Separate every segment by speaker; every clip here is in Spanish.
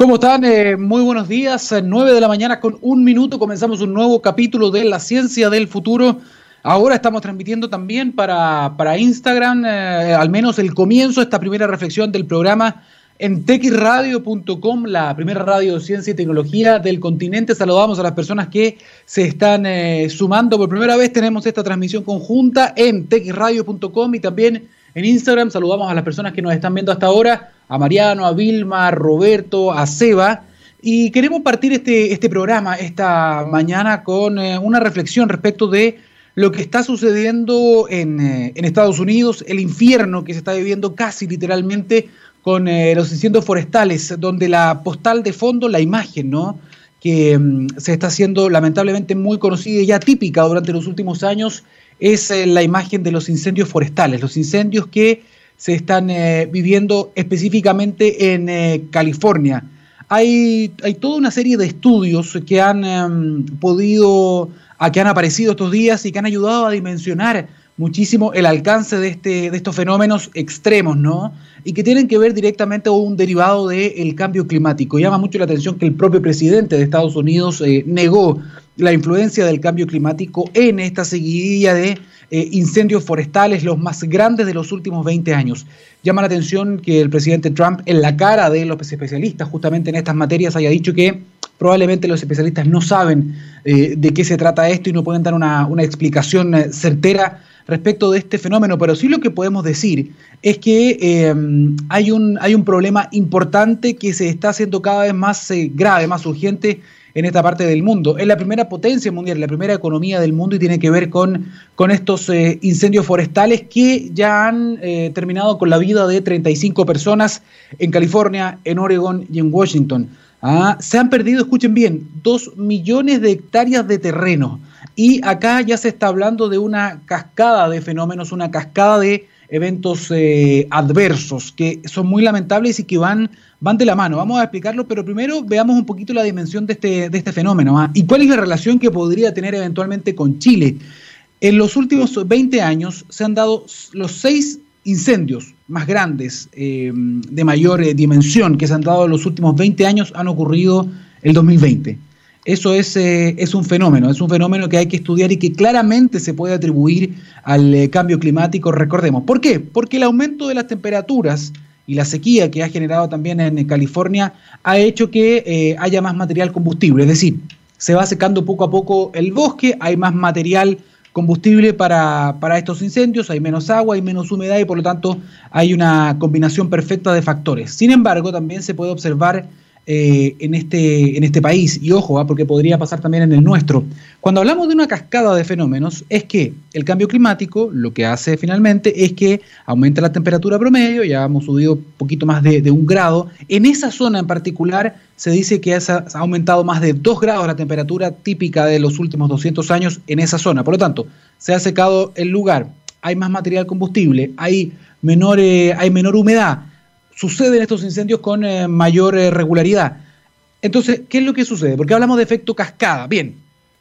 Speaker 1: ¿Cómo están? Muy buenos días. 9 de la mañana con 1 minuto. Comenzamos un nuevo capítulo de La Ciencia del Futuro. Ahora estamos transmitiendo también para Instagram, al menos el comienzo, esta primera reflexión del programa en texradio.com, la primera radio de ciencia y tecnología del continente. Saludamos a las personas que se están sumando. Por primera vez tenemos esta transmisión conjunta en texradio.com y también en Instagram. Saludamos a las personas que nos están viendo hasta ahora, a Mariano, a Vilma, a Roberto, a Seba. Y queremos partir este programa esta mañana con una reflexión respecto de lo que está sucediendo en Estados Unidos, el infierno que se está viviendo casi literalmente con los incendios forestales, donde la postal de fondo, la imagen, ¿no?, que se está haciendo lamentablemente muy conocida y ya típica durante los últimos años, es la imagen de los incendios forestales, los incendios que se están viviendo específicamente en California. Hay toda una serie de estudios que han aparecido estos días y que han ayudado a dimensionar muchísimo el alcance de estos fenómenos extremos, ¿no? Y que tienen que ver directamente con un derivado del cambio climático. Llama mucho la atención que el propio presidente de Estados Unidos negó la influencia del cambio climático en esta seguidilla de incendios forestales, los más grandes de los últimos 20 años. Llama la atención que el presidente Trump, en la cara de los especialistas justamente en estas materias, haya dicho que probablemente los especialistas no saben de qué se trata esto y no pueden dar una explicación certera respecto de este fenómeno, pero sí lo que podemos decir es que hay un problema importante que se está haciendo cada vez más grave, más urgente en esta parte del mundo. Es la primera potencia mundial, la primera economía del mundo y tiene que ver con estos incendios forestales que ya han terminado con la vida de 35 personas en California, en Oregon y en Washington. Se han perdido, escuchen bien, 2 millones de hectáreas de terreno. Y acá ya se está hablando de una cascada de fenómenos, una cascada de eventos adversos que son muy lamentables y que van de la mano. Vamos a explicarlo, pero primero veamos un poquito la dimensión de este fenómeno. ¿Y cuál es la relación que podría tener eventualmente con Chile? En los últimos 20 años se han dado los 6 incendios más grandes, de mayor dimensión, que se han dado en los últimos 20 años, han ocurrido el 2020. Eso es un fenómeno que hay que estudiar y que claramente se puede atribuir al cambio climático. Recordemos, ¿por qué? Porque el aumento de las temperaturas y la sequía que ha generado también en California ha hecho que haya más material combustible, es decir, se va secando poco a poco el bosque, hay más material combustible para estos incendios, hay menos agua, hay menos humedad y por lo tanto hay una combinación perfecta de factores. Sin embargo, también se puede observar en este país, y ojo, porque podría pasar también en el nuestro. Cuando hablamos de una cascada de fenómenos, es que el cambio climático lo que hace finalmente es que aumenta la temperatura promedio, ya hemos subido un poquito más de 1 grado, en esa zona en particular se dice que ha aumentado más de 2 grados la temperatura típica de los últimos 200 años en esa zona, por lo tanto, se ha secado el lugar, hay más material combustible, hay menor humedad, suceden estos incendios con mayor regularidad. Entonces, ¿qué es lo que sucede? Porque hablamos de efecto cascada. Bien,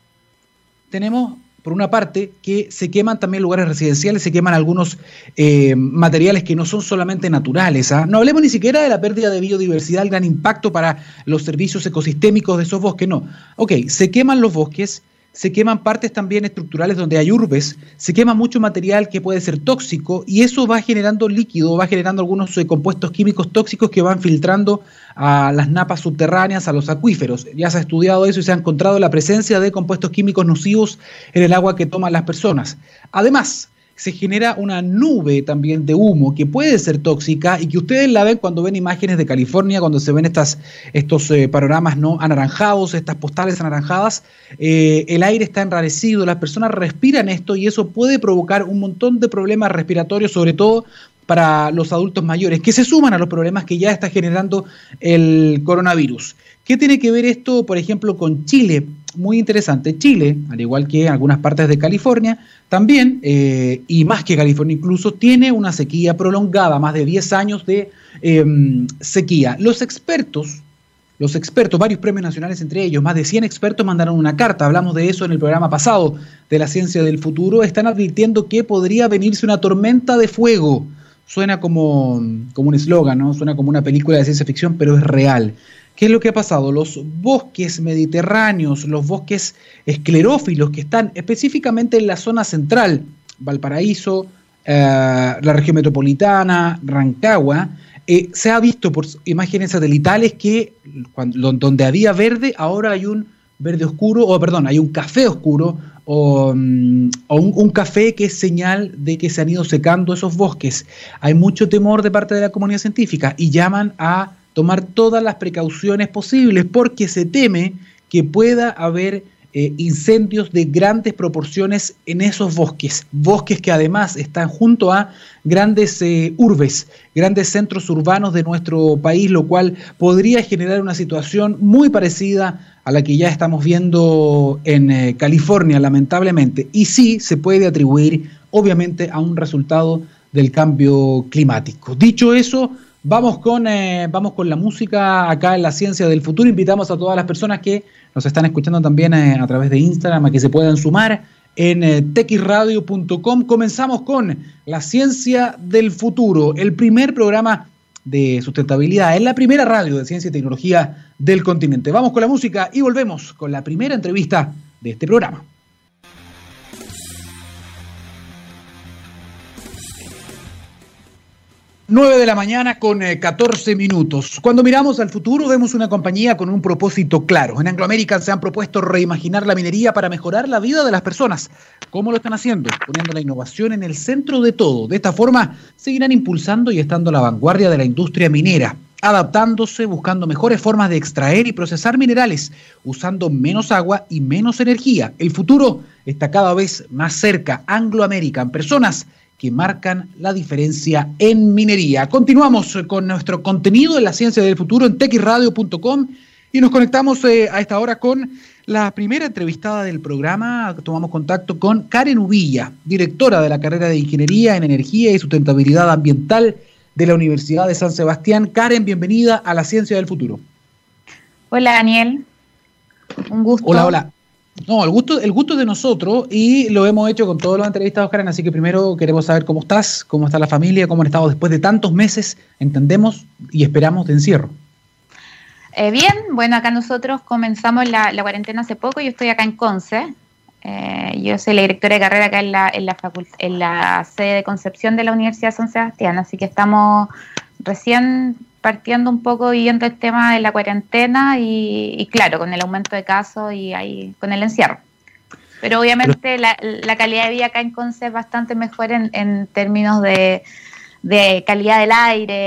Speaker 1: tenemos por una parte que se queman también lugares residenciales, se queman algunos materiales que no son solamente naturales. No hablemos ni siquiera de la pérdida de biodiversidad, el gran impacto para los servicios ecosistémicos de esos bosques, no. Ok, se queman los bosques, se queman partes también estructurales donde hay urbes, se quema mucho material que puede ser tóxico y eso va generando líquido, va generando algunos compuestos químicos tóxicos que van filtrando a las napas subterráneas, a los acuíferos. Ya se ha estudiado eso y se ha encontrado la presencia de compuestos químicos nocivos en el agua que toman las personas. Además, se genera una nube también de humo que puede ser tóxica y que ustedes la ven cuando ven imágenes de California, cuando se ven estos panoramas no anaranjados, estas postales anaranjadas, el aire está enrarecido, las personas respiran esto y eso puede provocar un montón de problemas respiratorios, sobre todo para los adultos mayores, que se suman a los problemas que ya está generando el coronavirus. ¿Qué tiene que ver esto, por ejemplo, con Chile? Muy interesante. Chile, al igual que algunas partes de California, también, y más que California incluso, tiene una sequía prolongada, más de 10 años de sequía. Los expertos, varios premios nacionales entre ellos, más de 100 expertos mandaron una carta, hablamos de eso en el programa pasado de la ciencia del futuro, están advirtiendo que podría venirse una tormenta de fuego. Suena como un eslogan, ¿no? Suena como una película de ciencia ficción, pero es real. ¿Qué es lo que ha pasado? Los bosques mediterráneos, los bosques esclerófilos que están específicamente en la zona central, Valparaíso, la región metropolitana, Rancagua, se ha visto por imágenes satelitales que donde había verde, ahora hay un verde oscuro, hay un café oscuro, o un café que es señal de que se han ido secando esos bosques. Hay mucho temor de parte de la comunidad científica y llaman a tomar todas las precauciones posibles porque se teme que pueda haber incendios de grandes proporciones en esos bosques que además están junto a grandes urbes, grandes centros urbanos de nuestro país, lo cual podría generar una situación muy parecida a la que ya estamos viendo en California, lamentablemente, y sí se puede atribuir obviamente a un resultado del cambio climático. Dicho eso, vamos con la música acá en La Ciencia del Futuro. Invitamos a todas las personas que nos están escuchando también a través de Instagram a que se puedan sumar en texradio.com. Comenzamos con La Ciencia del Futuro, el primer programa de sustentabilidad, es la primera radio de ciencia y tecnología del continente. Vamos con la música y volvemos con la primera entrevista de este programa. 9 de la mañana con 14 minutos. Cuando miramos al futuro vemos una compañía con un propósito claro. En Anglo American se han propuesto reimaginar la minería para mejorar la vida de las personas. ¿Cómo lo están haciendo? Poniendo la innovación en el centro de todo. De esta forma seguirán impulsando y estando a la vanguardia de la industria minera, adaptándose, buscando mejores formas de extraer y procesar minerales, usando menos agua y menos energía. El futuro está cada vez más cerca. Anglo American, personas que marcan la diferencia en minería. Continuamos con nuestro contenido en La Ciencia del Futuro en texradio.com y nos conectamos a esta hora con la primera entrevistada del programa. Tomamos contacto con Karen Uvilla, directora de la carrera de Ingeniería en Energía y Sustentabilidad Ambiental de la Universidad de San Sebastián. Karen, bienvenida a La Ciencia del Futuro.
Speaker 2: Hola, Daniel. Un gusto.
Speaker 1: Hola. No, el gusto es de nosotros y lo hemos hecho con todos los entrevistados, Karen, así que primero queremos saber cómo estás, cómo está la familia, cómo han estado después de tantos meses, entendemos y esperamos, de encierro.
Speaker 2: Bien, bueno, acá nosotros comenzamos la cuarentena hace poco, yo estoy acá en Conce, yo soy la directora de carrera acá en la sede de Concepción de la Universidad de San Sebastián, así que estamos recién partiendo un poco viendo el tema de la cuarentena y claro, con el aumento de casos y ahí con el encierro. Pero obviamente la calidad de vida acá en Conce es bastante mejor en términos de calidad del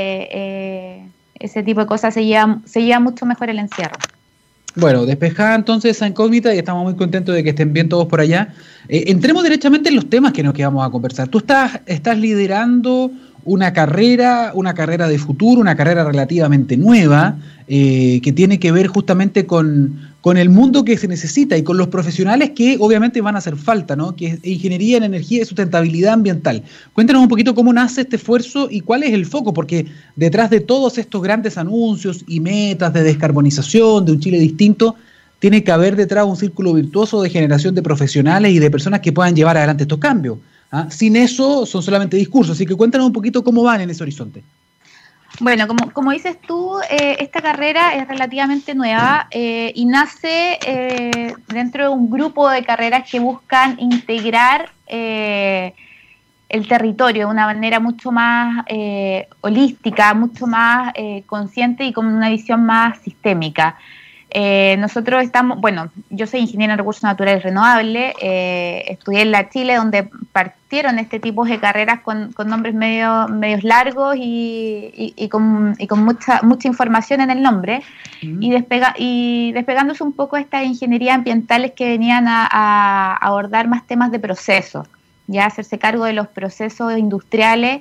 Speaker 2: aire, ese tipo de cosas se lleva mucho mejor el encierro.
Speaker 1: Bueno, despejada entonces esa incógnita y estamos muy contentos de que estén bien todos por allá. Entremos directamente en los temas que vamos a conversar. Tú estás liderando una carrera de futuro, una carrera relativamente nueva, que tiene que ver justamente con el mundo que se necesita y con los profesionales que obviamente van a hacer falta, ¿no? Que es Ingeniería en Energía y Sustentabilidad Ambiental. Cuéntanos un poquito cómo nace este esfuerzo y cuál es el foco, porque detrás de todos estos grandes anuncios y metas de descarbonización, de un Chile distinto, tiene que haber detrás un círculo virtuoso de generación de profesionales y de personas que puedan llevar adelante estos cambios. Sin eso son solamente discursos, así que cuéntanos un poquito cómo van en ese horizonte.
Speaker 2: Bueno, como dices tú, esta carrera es relativamente nueva y nace dentro de un grupo de carreras que buscan integrar el territorio de una manera mucho más holística, mucho más consciente y con una visión más sistémica. Nosotros yo soy ingeniera en recursos naturales renovables, estudié en la Chile donde partieron este tipo de carreras con nombres medios largos y con mucha información en el nombre, y despegándose un poco estas ingenierías ambientales que venían a abordar más temas de procesos, ya hacerse cargo de los procesos industriales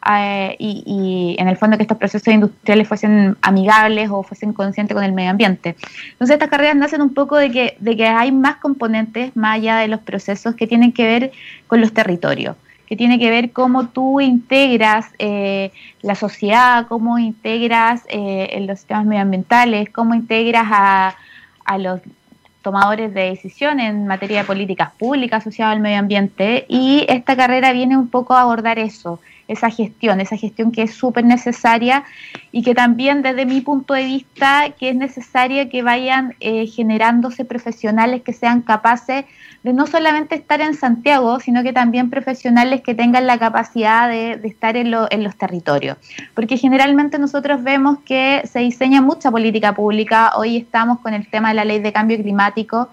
Speaker 2: y en el fondo que estos procesos industriales fuesen amigables o fuesen conscientes con el medio ambiente. Entonces estas carreras nacen un poco de que hay más componentes más allá de los procesos que tienen que ver con los territorios, que tiene que ver cómo tú integras la sociedad, cómo integras los sistemas medioambientales, cómo integras a los tomadores de decisiones en materia de políticas públicas asociadas al medio ambiente, y esta carrera viene un poco a abordar eso, esa gestión que es súper necesaria y que también desde mi punto de vista que es necesaria que vayan generándose profesionales que sean capaces de no solamente estar en Santiago, sino que también profesionales que tengan la capacidad de estar en los territorios. Porque generalmente nosotros vemos que se diseña mucha política pública, hoy estamos con el tema de la ley de cambio climático,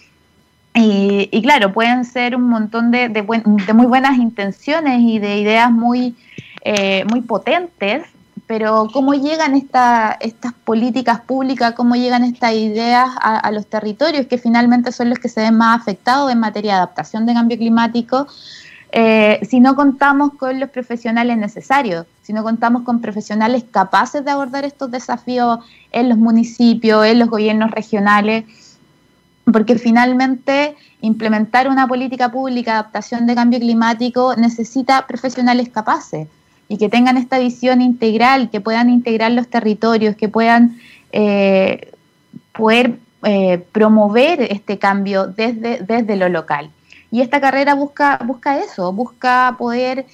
Speaker 2: y claro, pueden ser un montón de muy buenas intenciones y de ideas muy potentes, pero cómo llegan estas políticas públicas, cómo llegan estas ideas a los territorios, que finalmente son los que se ven más afectados en materia de adaptación de cambio climático, si no contamos con los profesionales necesarios, si no contamos con profesionales capaces de abordar estos desafíos en los municipios, en los gobiernos regionales, porque finalmente implementar una política pública de adaptación de cambio climático necesita profesionales capaces y que tengan esta visión integral, que puedan integrar los territorios, que puedan poder promover este cambio desde lo local. Y esta carrera busca eso, busca poder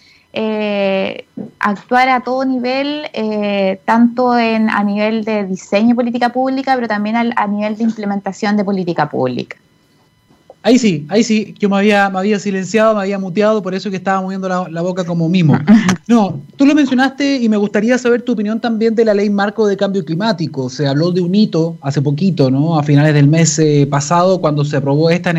Speaker 2: actuar a todo nivel, tanto a nivel de diseño de política pública, pero también a nivel de implementación de política pública.
Speaker 1: Ahí sí, yo me había silenciado, me había muteado, por eso que estaba moviendo la boca como mimo. No, tú lo mencionaste y me gustaría saber tu opinión también de la Ley Marco de Cambio Climático. Se habló de un hito hace poquito, ¿no? A finales del mes pasado, cuando se aprobó esta en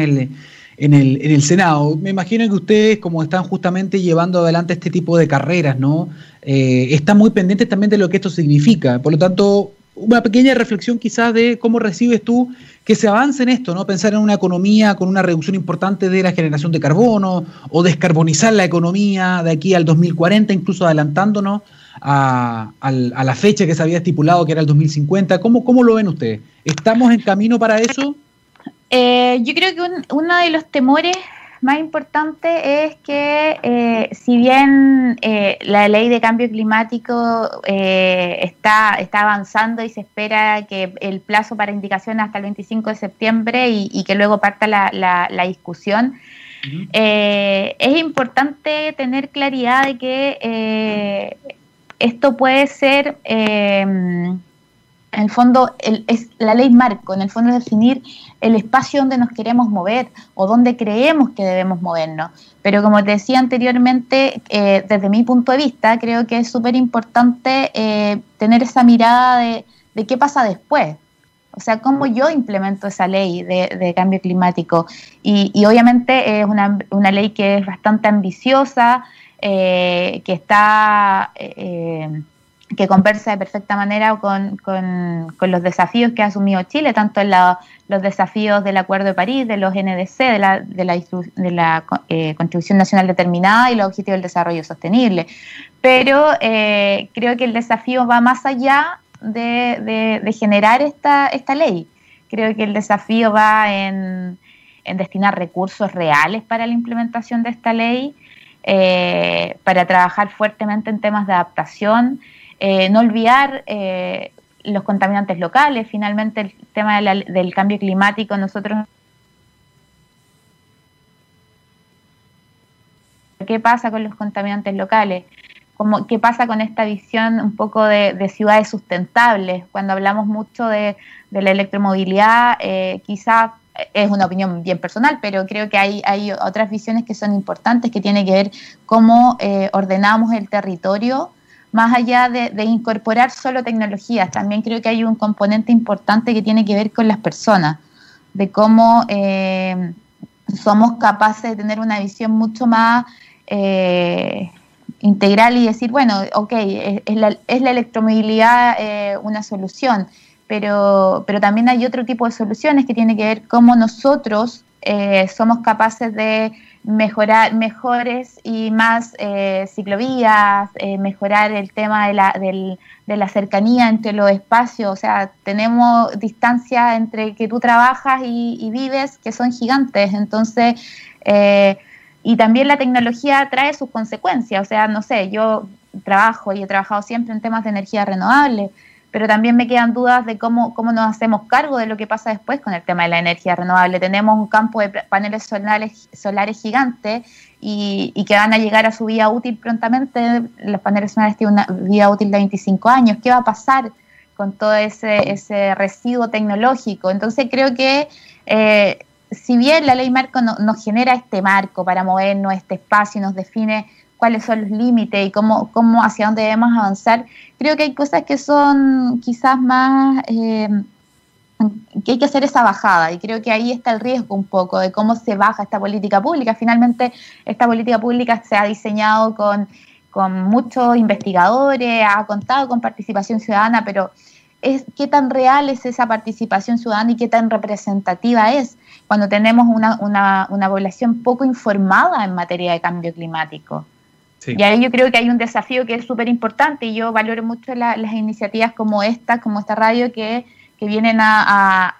Speaker 1: el Senado. Me imagino que ustedes, como están justamente llevando adelante este tipo de carreras, ¿no? Están muy pendientes también de lo que esto significa. Por lo tanto, una pequeña reflexión quizás de cómo recibes tú que se avance en esto, ¿no? Pensar en una economía con una reducción importante de la generación de carbono o descarbonizar la economía de aquí al 2040, incluso adelantándonos a la fecha que se había estipulado, que era el 2050. ¿Cómo lo ven ustedes? ¿Estamos en camino para eso?
Speaker 2: Yo creo que uno de los temores más importantes es que si bien la ley de cambio climático está avanzando y se espera que el plazo para indicación hasta el 25 de septiembre y que luego parta la discusión, es importante tener claridad de que esto puede ser... en el fondo, es la ley marco, en el fondo es definir el espacio donde nos queremos mover o donde creemos que debemos movernos. Pero como te decía anteriormente, desde mi punto de vista, creo que es súper importante tener esa mirada de qué pasa después. O sea, cómo yo implemento esa ley de cambio climático. Y obviamente es una ley que es bastante ambiciosa, que está... que conversa de perfecta manera con los desafíos que ha asumido Chile, tanto en los desafíos del Acuerdo de París, de los NDC, de la Contribución Nacional Determinada y los Objetivos del Desarrollo Sostenible. Pero creo que el desafío va más allá de generar esta ley. Creo que el desafío va en destinar recursos reales para la implementación de esta ley, para trabajar fuertemente en temas de adaptación, no olvidar los contaminantes locales. Finalmente el tema del cambio climático, nosotros... ¿Qué pasa con los contaminantes locales? ¿Qué pasa con esta visión un poco de ciudades sustentables? Cuando hablamos mucho de la electromovilidad, quizá es una opinión bien personal, pero creo que hay otras visiones que son importantes, que tienen que ver cómo ordenamos el territorio, más allá de incorporar solo tecnologías. También creo que hay un componente importante que tiene que ver con las personas, de cómo somos capaces de tener una visión mucho más integral y decir, bueno, ok, es la electromovilidad una solución, pero también hay otro tipo de soluciones que tiene que ver cómo nosotros somos capaces de mejorar mejores y más ciclovías, mejorar el tema de la cercanía entre los espacios. O sea, tenemos distancias entre que tú trabajas y vives que son gigantes. Entonces, y también la tecnología trae sus consecuencias. O sea, no sé, yo trabajo y he trabajado siempre en temas de energía renovable, pero también me quedan dudas de cómo nos hacemos cargo de lo que pasa después con el tema de la energía renovable. Tenemos un campo de paneles solares gigantes y que van a llegar a su vida útil prontamente. Los paneles solares tienen una vida útil de 25 años. ¿Qué va a pasar con todo ese residuo tecnológico? Entonces creo que si bien la ley marco nos genera este marco para movernos, este espacio, nos define cuáles son los límites y cómo hacia dónde debemos avanzar, creo que hay cosas que son quizás más, que hay que hacer esa bajada, y creo que ahí está el riesgo un poco de cómo se baja esta política pública. Finalmente, esta política pública se ha diseñado con muchos investigadores, ha contado con participación ciudadana, pero ¿qué tan real es esa participación ciudadana y qué tan representativa es cuando tenemos una población poco informada en materia de cambio climático? Sí. Y ahí yo creo que hay un desafío que es súper importante, y yo valoro mucho las iniciativas como esta radio que vienen a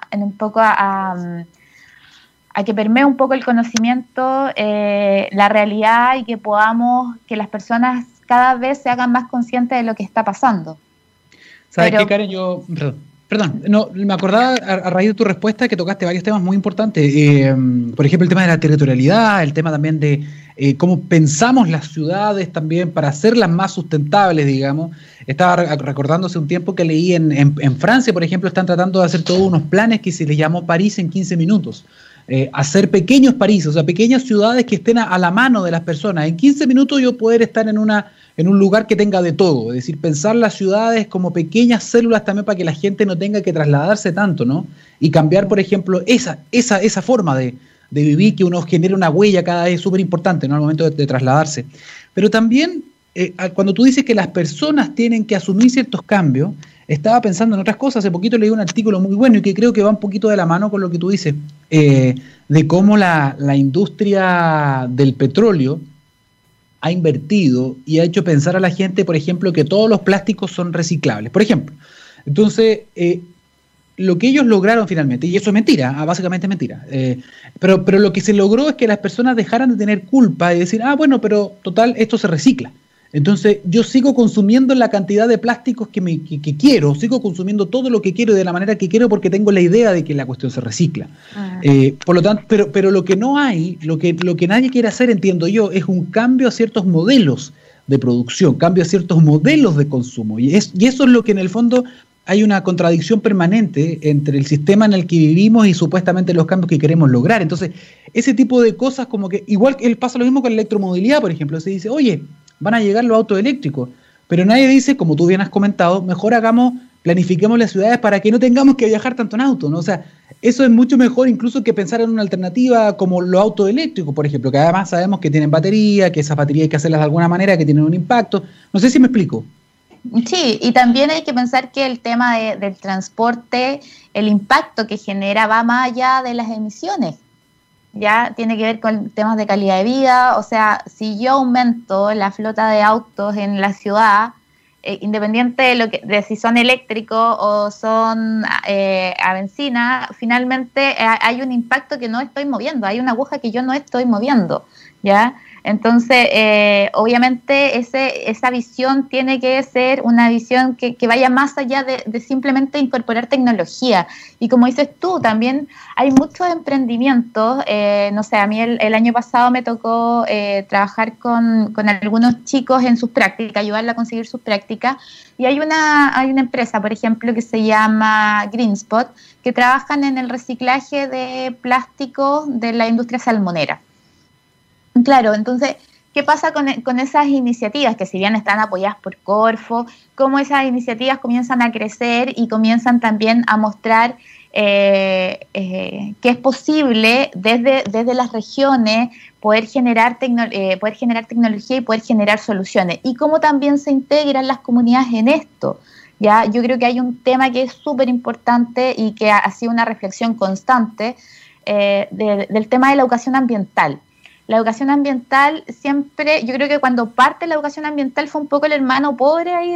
Speaker 2: que permee un poco el conocimiento, la realidad, y que las personas cada vez se hagan más conscientes de lo que está pasando.
Speaker 1: ¿Sabes qué, Karen? Perdón, no, me acordaba a raíz de tu respuesta que tocaste varios temas muy importantes. Por ejemplo, el tema de la territorialidad, el tema también de cómo pensamos las ciudades también para hacerlas más sustentables, digamos. Estaba recordando hace un tiempo que leí en Francia, por ejemplo, están tratando de hacer todos unos planes que se les llamó París en 15 minutos. Hacer pequeños París, o sea, pequeñas ciudades que estén a la mano de las personas. En 15 minutos yo poder estar en un lugar que tenga de todo, es decir, pensar las ciudades como pequeñas células también para que la gente no tenga que trasladarse tanto, ¿no? Y cambiar, por ejemplo, esa forma de vivir, que uno genere una huella cada vez súper importante, ¿no? Al momento de trasladarse. Pero también, cuando tú dices que las personas tienen que asumir ciertos cambios, estaba pensando en otras cosas. Hace poquito leí un artículo muy bueno y que creo que va un poquito de la mano con lo que tú dices, de cómo la industria del petróleo ha invertido y ha hecho pensar a la gente, por ejemplo, que todos los plásticos son reciclables, por ejemplo. Entonces, lo que ellos lograron finalmente, y eso es mentira, básicamente es mentira, pero lo que se logró es que las personas dejaran de tener culpa y decir, bueno, pero total, esto se recicla. Entonces, yo sigo consumiendo la cantidad de plásticos que quiero, sigo consumiendo todo lo que quiero y de la manera que quiero porque tengo la idea de que la cuestión se recicla. Por lo tanto, pero lo que no hay, lo que nadie quiere hacer, entiendo yo, es un cambio a ciertos modelos de producción, cambio a ciertos modelos de consumo. Y eso es lo que en el fondo hay una contradicción permanente entre el sistema en el que vivimos y supuestamente los cambios que queremos lograr. Entonces, ese tipo de cosas como que, igual pasa lo mismo con la electromovilidad, por ejemplo, se dice, oye, van a llegar los autos eléctricos, pero nadie dice, como tú bien has comentado, mejor planifiquemos las ciudades para que no tengamos que viajar tanto en auto, ¿no? O sea, eso es mucho mejor incluso que pensar en una alternativa como los autos eléctricos, por ejemplo, que además sabemos que tienen batería, que esas baterías hay que hacerlas de alguna manera, que tienen un impacto. No sé si me explico.
Speaker 2: Sí, y también hay que pensar que el tema del transporte, el impacto que genera va más allá de las emisiones. Ya tiene que ver con temas de calidad de vida. O sea, si yo aumento la flota de autos en la ciudad, independiente de si son eléctricos o son a benzina, finalmente hay un impacto que no estoy moviendo, hay una aguja que yo no estoy moviendo, ¿ya? Entonces, obviamente esa visión tiene que ser una visión que vaya más allá de simplemente incorporar tecnología. Y como dices tú, también hay muchos emprendimientos. No sé, a mí el año pasado me tocó trabajar con algunos chicos en sus prácticas, ayudarle a conseguir sus prácticas. Y hay una empresa, por ejemplo, que se llama GreenSpot, que trabajan en el reciclaje de plásticos de la industria salmonera. Claro, entonces, ¿qué pasa con esas iniciativas que si bien están apoyadas por Corfo, cómo esas iniciativas comienzan a crecer y comienzan también a mostrar que es posible desde las regiones poder generar tecnología y poder generar soluciones? Y cómo también se integran las comunidades en esto. ¿Ya? Yo creo que hay un tema que es súper importante y que ha sido una reflexión constante del tema de la educación ambiental. La educación ambiental siempre, yo creo que cuando parte la educación ambiental fue un poco el hermano pobre ahí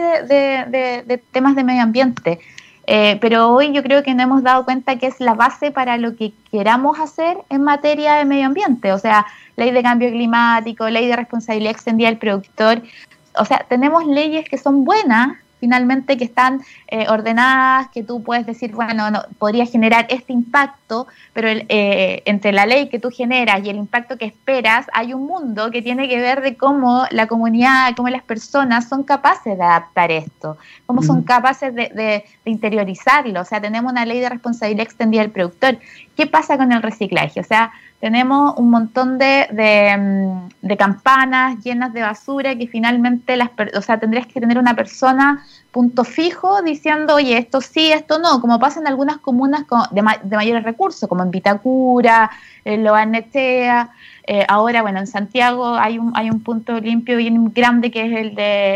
Speaker 2: de temas de medio ambiente. Pero hoy yo creo que nos hemos dado cuenta que es la base para lo que queramos hacer en materia de medio ambiente. O sea, ley de cambio climático, ley de responsabilidad extendida del productor. O sea, tenemos leyes que son buenas finalmente que están ordenadas, que tú puedes decir, bueno, no, podría generar este impacto, pero entre la ley que tú generas y el impacto que esperas, hay un mundo que tiene que ver de cómo la comunidad, cómo las personas son capaces de adaptar esto, cómo son capaces de interiorizarlo. O sea, tenemos una ley de responsabilidad extendida del productor. ¿Qué pasa con el reciclaje? O sea, tenemos un montón de campanas llenas de basura que finalmente tendrías que tener una persona punto fijo diciendo, oye, esto sí, esto no, como pasa en algunas comunas de mayores recursos, como en Vitacura, en Lobarnechea. Ahora, bueno, en Santiago hay un punto limpio bien grande que es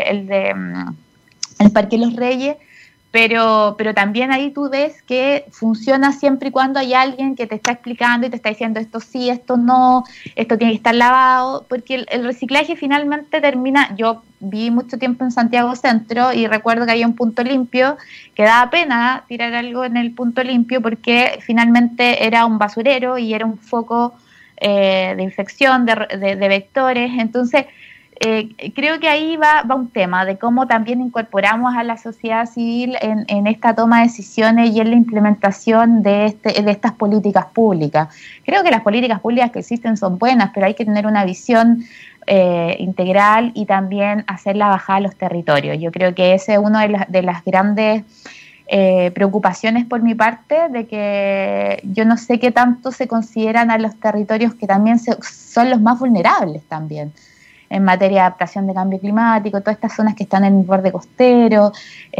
Speaker 2: el Parque Los Reyes. Pero también ahí tú ves que funciona siempre y cuando hay alguien que te está explicando y te está diciendo esto sí, esto no, esto tiene que estar lavado, porque el reciclaje finalmente termina. Yo viví mucho tiempo en Santiago Centro y recuerdo que había un punto limpio que daba pena tirar algo en el punto limpio porque finalmente era un basurero y era un foco de infección, de vectores. Entonces, creo que ahí va un tema de cómo también incorporamos a la sociedad civil en esta toma de decisiones y en la implementación de estas políticas públicas. Creo que las políticas públicas que existen son buenas, pero hay que tener una visión integral y también hacerla bajar a los territorios. Yo creo que ese es uno de las grandes preocupaciones por mi parte, de que yo no sé qué tanto se consideran a los territorios que también son los más vulnerables también en materia de adaptación de cambio climático, todas estas zonas que están en el borde costero.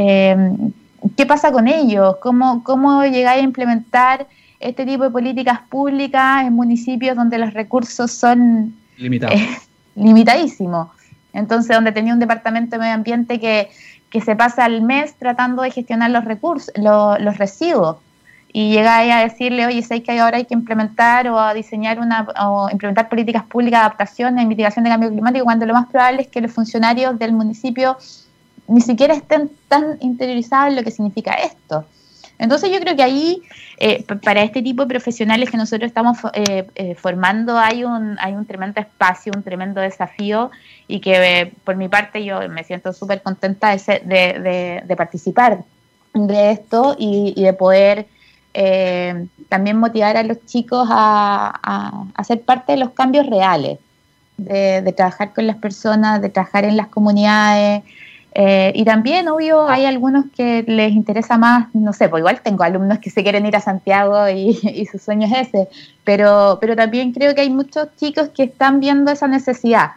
Speaker 2: ¿Qué pasa con ellos? ¿Cómo llegar a implementar este tipo de políticas públicas en municipios donde los recursos son limitadísimos? Entonces, donde tenía un departamento de medio ambiente que se pasa el mes tratando de gestionar los recursos, los residuos, y llega ahí a decirle, oye, sé que ahora hay que implementar o a diseñar o implementar políticas públicas de adaptación y mitigación de cambio climático, cuando lo más probable es que los funcionarios del municipio ni siquiera estén tan interiorizados en lo que significa esto. Entonces yo creo que ahí, para este tipo de profesionales que nosotros estamos formando, hay un tremendo espacio, un tremendo desafío, y que por mi parte yo me siento súper contenta de participar de esto y de poder también motivar a los chicos a ser parte de los cambios reales, de trabajar con las personas, de trabajar en las comunidades. Y también, obvio, hay algunos que les interesa más, no sé, pues igual tengo alumnos que se quieren ir a Santiago y su sueño es ese, pero también creo que hay muchos chicos que están viendo esa necesidad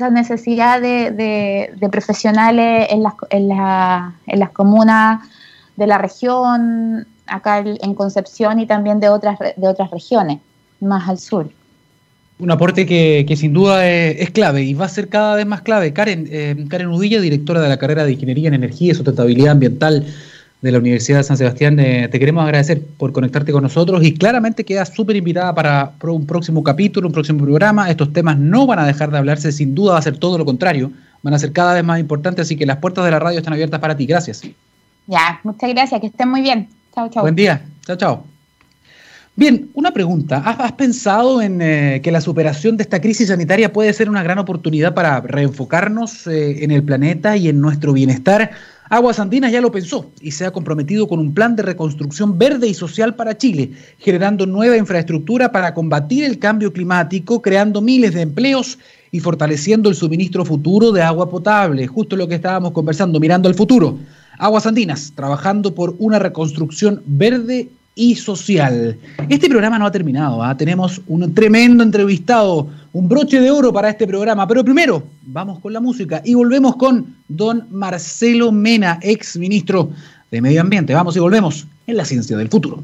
Speaker 2: de profesionales en las comunas de la región, acá en Concepción, y también de otras regiones más al sur.
Speaker 1: Un aporte que sin duda es clave y va a ser cada vez más clave. Karen Udilla, directora de la carrera de Ingeniería en Energía y Sustentabilidad Ambiental de la Universidad de San Sebastián, te queremos agradecer por conectarte con nosotros, y claramente quedas súper invitada para un próximo capítulo, un próximo programa. Estos temas no van a dejar de hablarse, sin duda va a ser todo lo contrario, van a ser cada vez más importantes, así que las puertas de la radio están abiertas para ti. Gracias.
Speaker 2: Ya, muchas gracias, que estén muy bien. Chao, chao.
Speaker 1: Buen día, chao, chao. Bien, una pregunta. ¿Has pensado en que la superación de esta crisis sanitaria puede ser una gran oportunidad para reenfocarnos en el planeta y en nuestro bienestar? Aguas Andinas ya lo pensó y se ha comprometido con un plan de reconstrucción verde y social para Chile, generando nueva infraestructura para combatir el cambio climático, creando miles de empleos y fortaleciendo el suministro futuro de agua potable. Justo lo que estábamos conversando, mirando al futuro. Aguas Andinas, trabajando por una reconstrucción verde y social. Este programa no ha terminado, tenemos un tremendo entrevistado, un broche de oro para este programa, pero primero vamos con la música y volvemos con don Marcelo Mena, ex ministro de Medio Ambiente. Vamos y volvemos en La Ciencia del Futuro.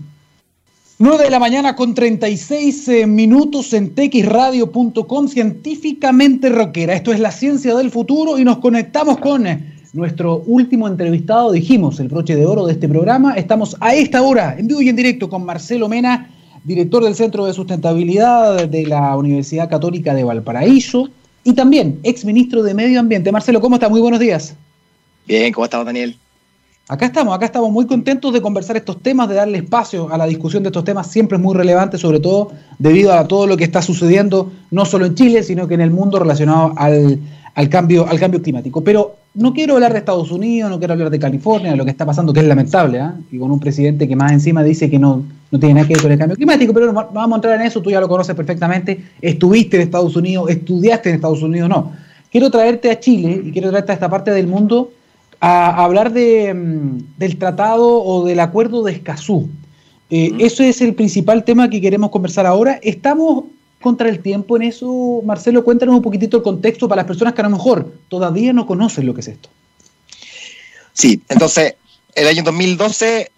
Speaker 1: 9 de la mañana con 36 minutos en texradio.com, científicamente rockera. Esto es La Ciencia del Futuro y nos conectamos con nuestro último entrevistado, dijimos, el broche de oro de este programa. Estamos a esta hora, en vivo y en directo, con Marcelo Mena, director del Centro de Sustentabilidad de la Universidad Católica de Valparaíso y también exministro de Medio Ambiente. Marcelo, ¿cómo estás? Muy buenos días.
Speaker 3: Bien, ¿cómo estás, Daniel?
Speaker 1: Acá estamos muy contentos de conversar estos temas, de darle espacio a la discusión de estos temas. Siempre es muy relevante, sobre todo debido a todo lo que está sucediendo, no solo en Chile, sino que en el mundo relacionado al cambio climático. Pero no quiero hablar de Estados Unidos, no quiero hablar de California, de lo que está pasando, que es lamentable, y con un presidente que más encima dice que no tiene nada que ver con el cambio climático, pero no vamos a entrar en eso, tú ya lo conoces perfectamente, estuviste en Estados Unidos, estudiaste en Estados Unidos, no. Quiero traerte a Chile y quiero traerte a esta parte del mundo a hablar del tratado o del acuerdo de Escazú. Eso es el principal tema que queremos conversar ahora. Estamos contra el tiempo en eso. Marcelo, cuéntanos un poquitito el contexto para las personas que a lo mejor todavía no conocen lo que es esto.
Speaker 3: Sí, entonces, el año 2012,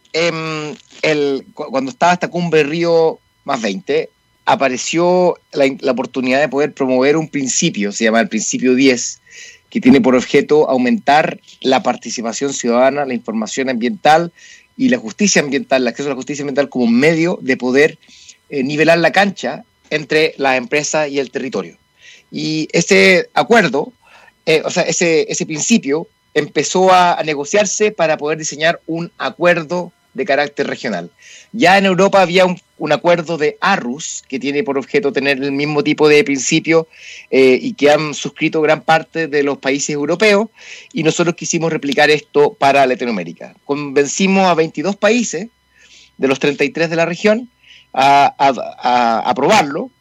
Speaker 3: cuando estaba esta cumbre Río +20, apareció la oportunidad de poder promover un principio, se llama el principio 10, que tiene por objeto aumentar la participación ciudadana, la información ambiental y la justicia ambiental, el acceso a la justicia ambiental como medio de poder nivelar la cancha entre las empresas y el territorio. Y ese acuerdo, ese principio, empezó a negociarse para poder diseñar un acuerdo de carácter regional. Ya en Europa había un acuerdo de Aarhus que tiene por objeto tener el mismo tipo de principio y que han suscrito gran parte de los países europeos, y nosotros quisimos replicar esto para Latinoamérica. Convencimos a 22 países de los 33 de la región a aprobarlo.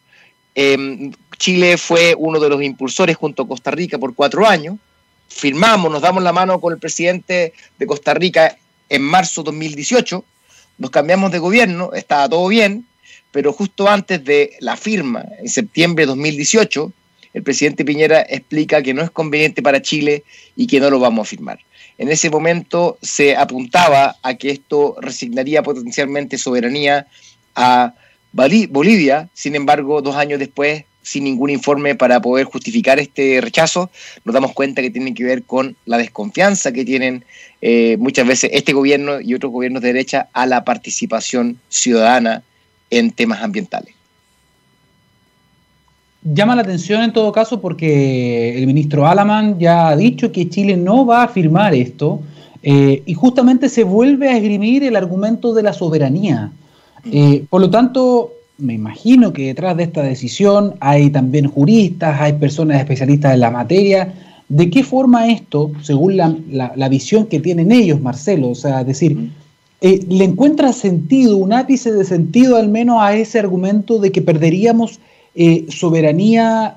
Speaker 3: Chile fue uno de los impulsores junto a Costa Rica por 4 años. Firmamos, nos damos la mano con el presidente de Costa Rica en marzo de 2018, nos cambiamos de gobierno, estaba todo bien, pero justo antes de la firma, en septiembre de 2018, el presidente Piñera explica que no es conveniente para Chile y que no lo vamos a firmar. En ese momento se apuntaba a que esto resignaría potencialmente soberanía a Bolivia. Sin embargo, 2 años después, sin ningún informe para poder justificar este rechazo, nos damos cuenta que tiene que ver con la desconfianza que tienen muchas veces este gobierno y otros gobiernos de derecha a la participación ciudadana en temas ambientales.
Speaker 1: Llama la atención en todo caso porque el ministro Alamán ya ha dicho que Chile no va a firmar esto, y justamente se vuelve a esgrimir el argumento de la soberanía. Por lo tanto, me imagino que detrás de esta decisión hay también juristas, hay personas especialistas en la materia. ¿De qué forma esto, según la visión que tienen ellos, Marcelo? O sea, es decir, ¿le encuentra sentido, un ápice de sentido al menos a ese argumento de que perderíamos soberanía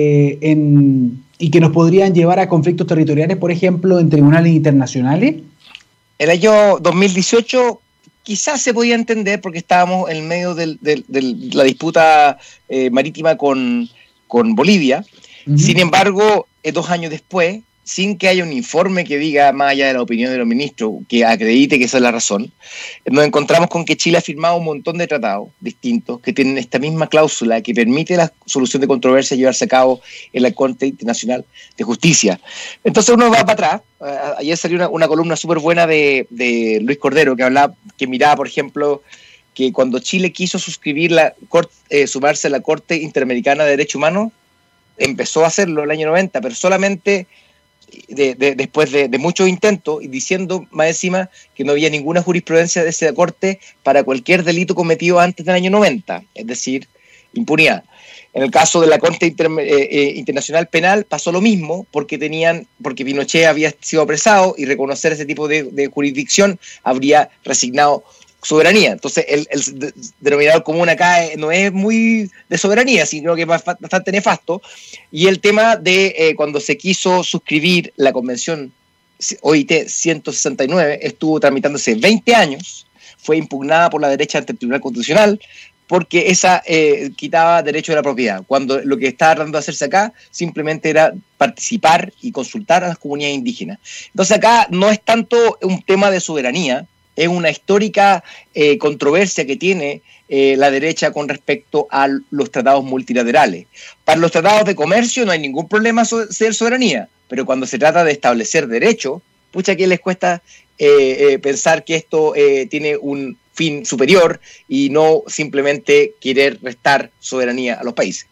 Speaker 1: y que nos podrían llevar a conflictos territoriales, por ejemplo, en tribunales internacionales?
Speaker 3: El año 2018 quizás se podía entender porque estábamos en medio de la disputa marítima con Bolivia. Uh-huh. Sin embargo, 2 años después, sin que haya un informe que diga, más allá de la opinión de los ministros, que acredite que esa es la razón, nos encontramos con que Chile ha firmado un montón de tratados distintos que tienen esta misma cláusula que permite la solución de controversias llevarse a cabo en la Corte Internacional de Justicia. Entonces uno va para atrás. Ayer salió una columna súper buena de Luis Cordero que miraba, por ejemplo, que cuando Chile quiso sumarse a la Corte Interamericana de Derechos Humanos, empezó a hacerlo en el año 90, pero solamente después de muchos intentos, y diciendo más encima que no había ninguna jurisprudencia de esa corte para cualquier delito cometido antes del año 90, es decir, impunidad. En el caso de la Corte Internacional Penal pasó lo mismo, porque Pinochet había sido apresado y reconocer ese tipo de jurisdicción habría resignado soberanía. Entonces el denominador común acá no es muy de soberanía, sino que es bastante nefasto. Y el tema de cuando se quiso suscribir la Convención OIT 169 estuvo tramitándose 20 años, fue impugnada por la derecha ante el Tribunal Constitucional, porque esa quitaba derecho de la propiedad, cuando lo que estaba tratando de hacerse acá simplemente era participar y consultar a las comunidades indígenas. Entonces acá no es tanto un tema de soberanía, es una histórica controversia que tiene la derecha con respecto a los tratados multilaterales. Para los tratados de comercio no hay ningún problema ser soberanía, pero cuando se trata de establecer derechos, pucha que les cuesta pensar que esto tiene un fin superior y no simplemente querer restar soberanía a los países.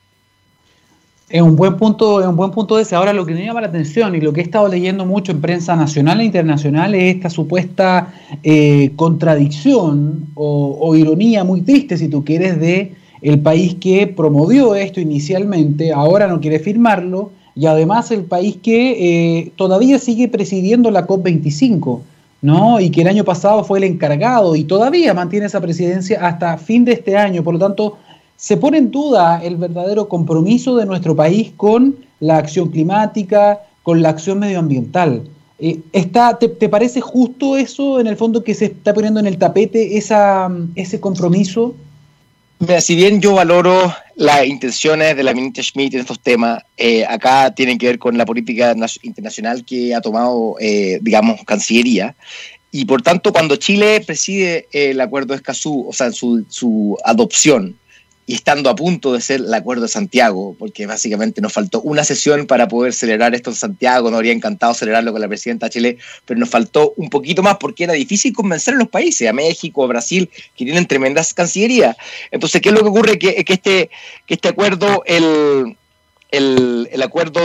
Speaker 1: Es un buen punto ese. Ahora, lo que me llama la atención y lo que he estado leyendo mucho en prensa nacional e internacional es esta supuesta contradicción o ironía muy triste, si tú quieres, de el país que promovió esto inicialmente, ahora no quiere firmarlo, y además el país que todavía sigue presidiendo la COP25, ¿no? Y que el año pasado fue el encargado y todavía mantiene esa presidencia hasta fin de este año. Por lo tanto, se pone en duda el verdadero compromiso de nuestro país con la acción climática, con la acción medioambiental. ¿Te parece justo eso, en el fondo, que se está poniendo en el tapete ese compromiso?
Speaker 3: Mira, si bien yo valoro las intenciones de la ministra Schmidt en estos temas, acá tienen que ver con la política internacional que ha tomado, digamos, Cancillería. Y por tanto, cuando Chile preside el Acuerdo de Escazú, o sea, en su adopción, y estando a punto de ser el Acuerdo de Santiago, porque básicamente nos faltó una sesión para poder celebrar esto en Santiago, nos habría encantado celebrarlo con la presidenta de Chile, pero nos faltó un poquito más porque era difícil convencer a los países, a México, a Brasil, que tienen tremendas cancillerías. Entonces, ¿qué es lo que ocurre? Que este acuerdo, el acuerdo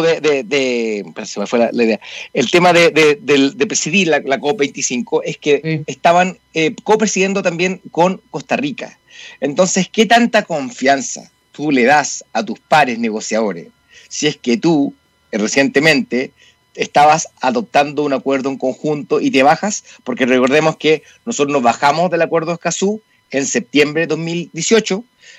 Speaker 3: se me fue la idea, el tema de presidir la COP25 es que estaban copresidiendo también con Costa Rica. Entonces, ¿qué tanta confianza tú le das a tus pares negociadores si es que tú recientemente estabas adoptando un acuerdo en conjunto y te bajas? Porque recordemos que nosotros nos bajamos del Acuerdo de Escazú en septiembre de 2018,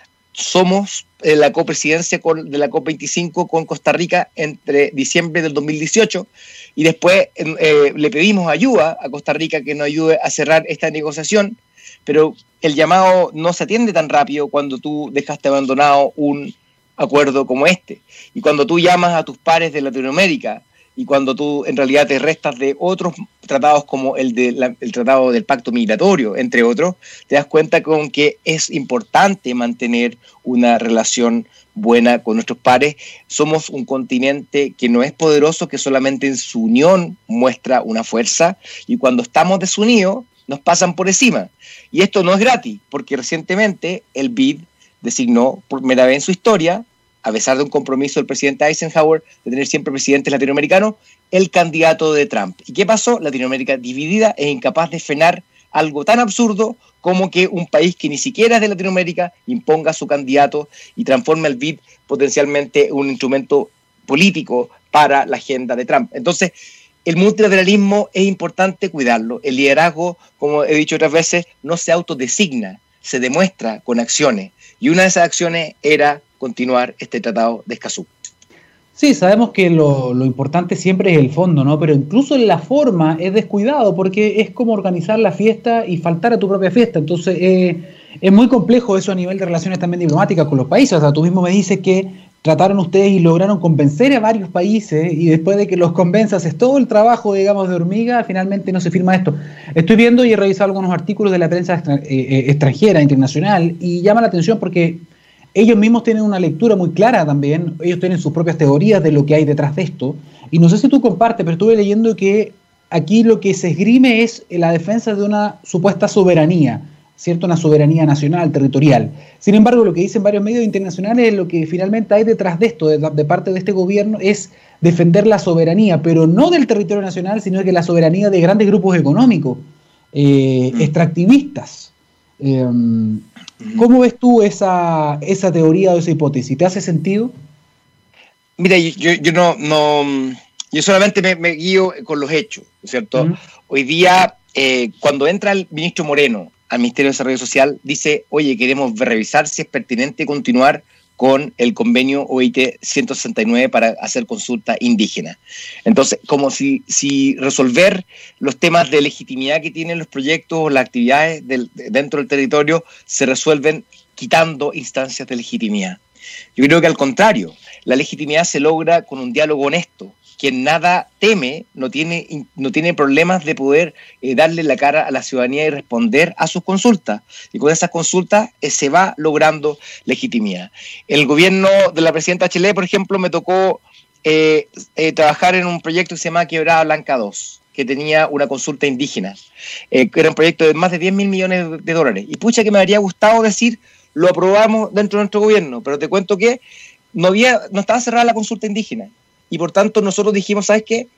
Speaker 3: somos la copresidencia de la COP25 con Costa Rica entre diciembre del 2018 y después le pedimos ayuda a Costa Rica que nos ayude a cerrar esta negociación, pero el llamado no se atiende tan rápido cuando tú dejaste abandonado un acuerdo como este. Y cuando tú llamas a tus pares de Latinoamérica y cuando tú en realidad te restas de otros tratados como el Tratado del Pacto Migratorio, entre otros, te das cuenta con que es importante mantener una relación buena con nuestros pares. Somos un continente que no es poderoso, que solamente en su unión muestra una fuerza, y cuando estamos desunidos nos pasan por encima. Y esto no es gratis, porque recientemente el BID designó por primera vez en su historia, a pesar de un compromiso del presidente Eisenhower de tener siempre presidentes latinoamericanos, el candidato de Trump. ¿Y qué pasó? Latinoamérica dividida es incapaz de frenar algo tan absurdo como que un país que ni siquiera es de Latinoamérica imponga su candidato y transforme el BID potencialmente en un instrumento político para la agenda de Trump. Entonces, el multilateralismo es importante cuidarlo. El liderazgo, como he dicho otras veces, no se autodesigna, se demuestra con acciones. Y una de esas acciones era continuar este Tratado de Escazú.
Speaker 1: Sí, sabemos que lo importante siempre es el fondo, ¿no? Pero incluso en la forma es descuidado, porque es como organizar la fiesta y faltar a tu propia fiesta. Entonces es muy complejo eso a nivel de relaciones también diplomáticas con los países. O sea, tú mismo me dices que trataron ustedes y lograron convencer a varios países, y después de que los convenzas es todo el trabajo, digamos, de hormiga, finalmente no se firma esto. Estoy viendo y he revisado algunos artículos de la prensa extranjera, internacional, y llama la atención porque ellos mismos tienen una lectura muy clara también, ellos tienen sus propias teorías de lo que hay detrás de esto, y no sé si tú compartes, pero estuve leyendo que aquí lo que se esgrime es la defensa de una supuesta soberanía, ¿cierto? Una soberanía nacional, territorial. Sin embargo, lo que dicen varios medios internacionales es lo que finalmente hay detrás de esto, de parte de este gobierno, es defender la soberanía, pero no del territorio nacional, sino que la soberanía de grandes grupos económicos, extractivistas. ¿Cómo ves tú esa teoría o esa hipótesis? ¿Te hace sentido?
Speaker 3: Mira, yo solamente me guío con los hechos, ¿cierto? Hoy día, cuando entra el ministro Moreno al Ministerio de Desarrollo Social, dice, oye, queremos revisar si es pertinente continuar con el convenio OIT 169 para hacer consulta indígena. Entonces, como si resolver los temas de legitimidad que tienen los proyectos o las actividades dentro del territorio se resuelven quitando instancias de legitimidad. Yo creo que al contrario, la legitimidad se logra con un diálogo honesto. Quien nada teme no tiene problemas de poder darle la cara a la ciudadanía y responder a sus consultas. Y con esas consultas se va logrando legitimidad. El gobierno de la presidenta Bachelet, por ejemplo, me tocó trabajar en un proyecto que se llama Quebrada Blanca 2, que tenía una consulta indígena. Era un proyecto de más de 10.000 millones de dólares. Y pucha que me habría gustado decir, lo aprobamos dentro de nuestro gobierno, pero te cuento que no estaba cerrada la consulta indígena. Y por tanto nosotros dijimos, ¿sabes qué?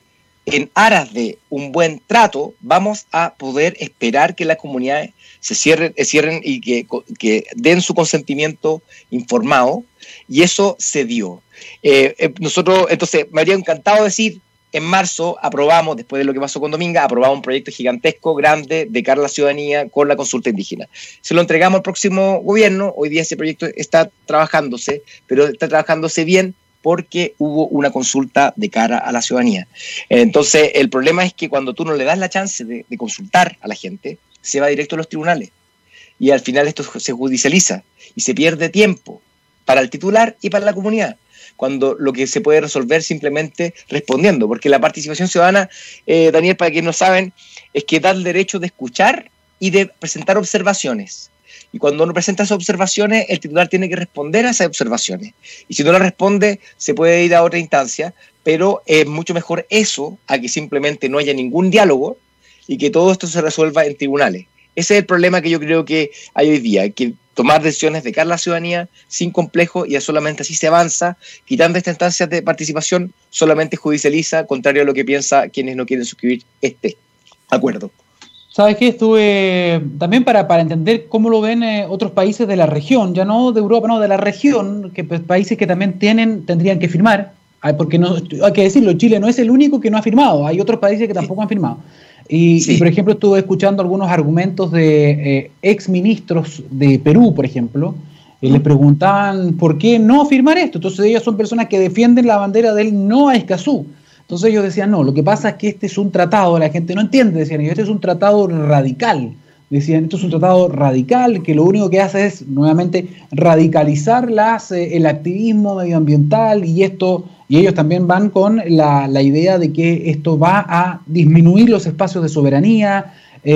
Speaker 3: en aras de un buen trato, vamos a poder esperar que las comunidades se cierren y que den su consentimiento informado, y eso se dio. Nosotros, entonces, me habría encantado decir, en marzo aprobamos, después de lo que pasó con Dominga, aprobamos un proyecto gigantesco, grande, de cara a la ciudadanía con la consulta indígena. Se lo entregamos al próximo gobierno. Hoy día ese proyecto está trabajándose, pero está trabajándose bien porque hubo una consulta de cara a la ciudadanía. Entonces, el problema es que cuando tú no le das la chance de consultar a la gente, se va directo a los tribunales. Y al final esto se judicializa y se pierde tiempo para el titular y para la comunidad, cuando lo que se puede resolver simplemente respondiendo, porque la participación ciudadana, Daniel, para quienes no saben, es que da el derecho de escuchar y de presentar observaciones. Y cuando uno presenta esas observaciones, el titular tiene que responder a esas observaciones. Y si no las responde, se puede ir a otra instancia, pero es mucho mejor eso a que simplemente no haya ningún diálogo y que todo esto se resuelva en tribunales. Ese es el problema que yo creo que hay hoy día, que tomar decisiones de cara a la ciudadanía sin complejo, y solamente así se avanza, quitando estas instancias de participación, solamente judicializa, contrario a lo que piensa quienes no quieren suscribir este acuerdo.
Speaker 1: ¿Sabes qué? Estuve también para entender cómo lo ven otros países de la región, ya no de Europa, no, de la región, que pues, países que también tendrían que firmar, porque no, hay que decirlo, Chile no es el único que no ha firmado, hay otros países que tampoco han firmado. Y, por ejemplo, estuve escuchando algunos argumentos de exministros de Perú, por ejemplo, les preguntaban por qué no firmar esto. Entonces ellos son personas que defienden la bandera del no a Escazú. Entonces ellos decían, no, lo que pasa es que este es un tratado, la gente no entiende, decían ellos, este es un tratado radical. Decían, esto es un tratado radical que lo único que hace es, nuevamente, radicalizar el activismo medioambiental y ellos también van con la idea de que esto va a disminuir los espacios de soberanía.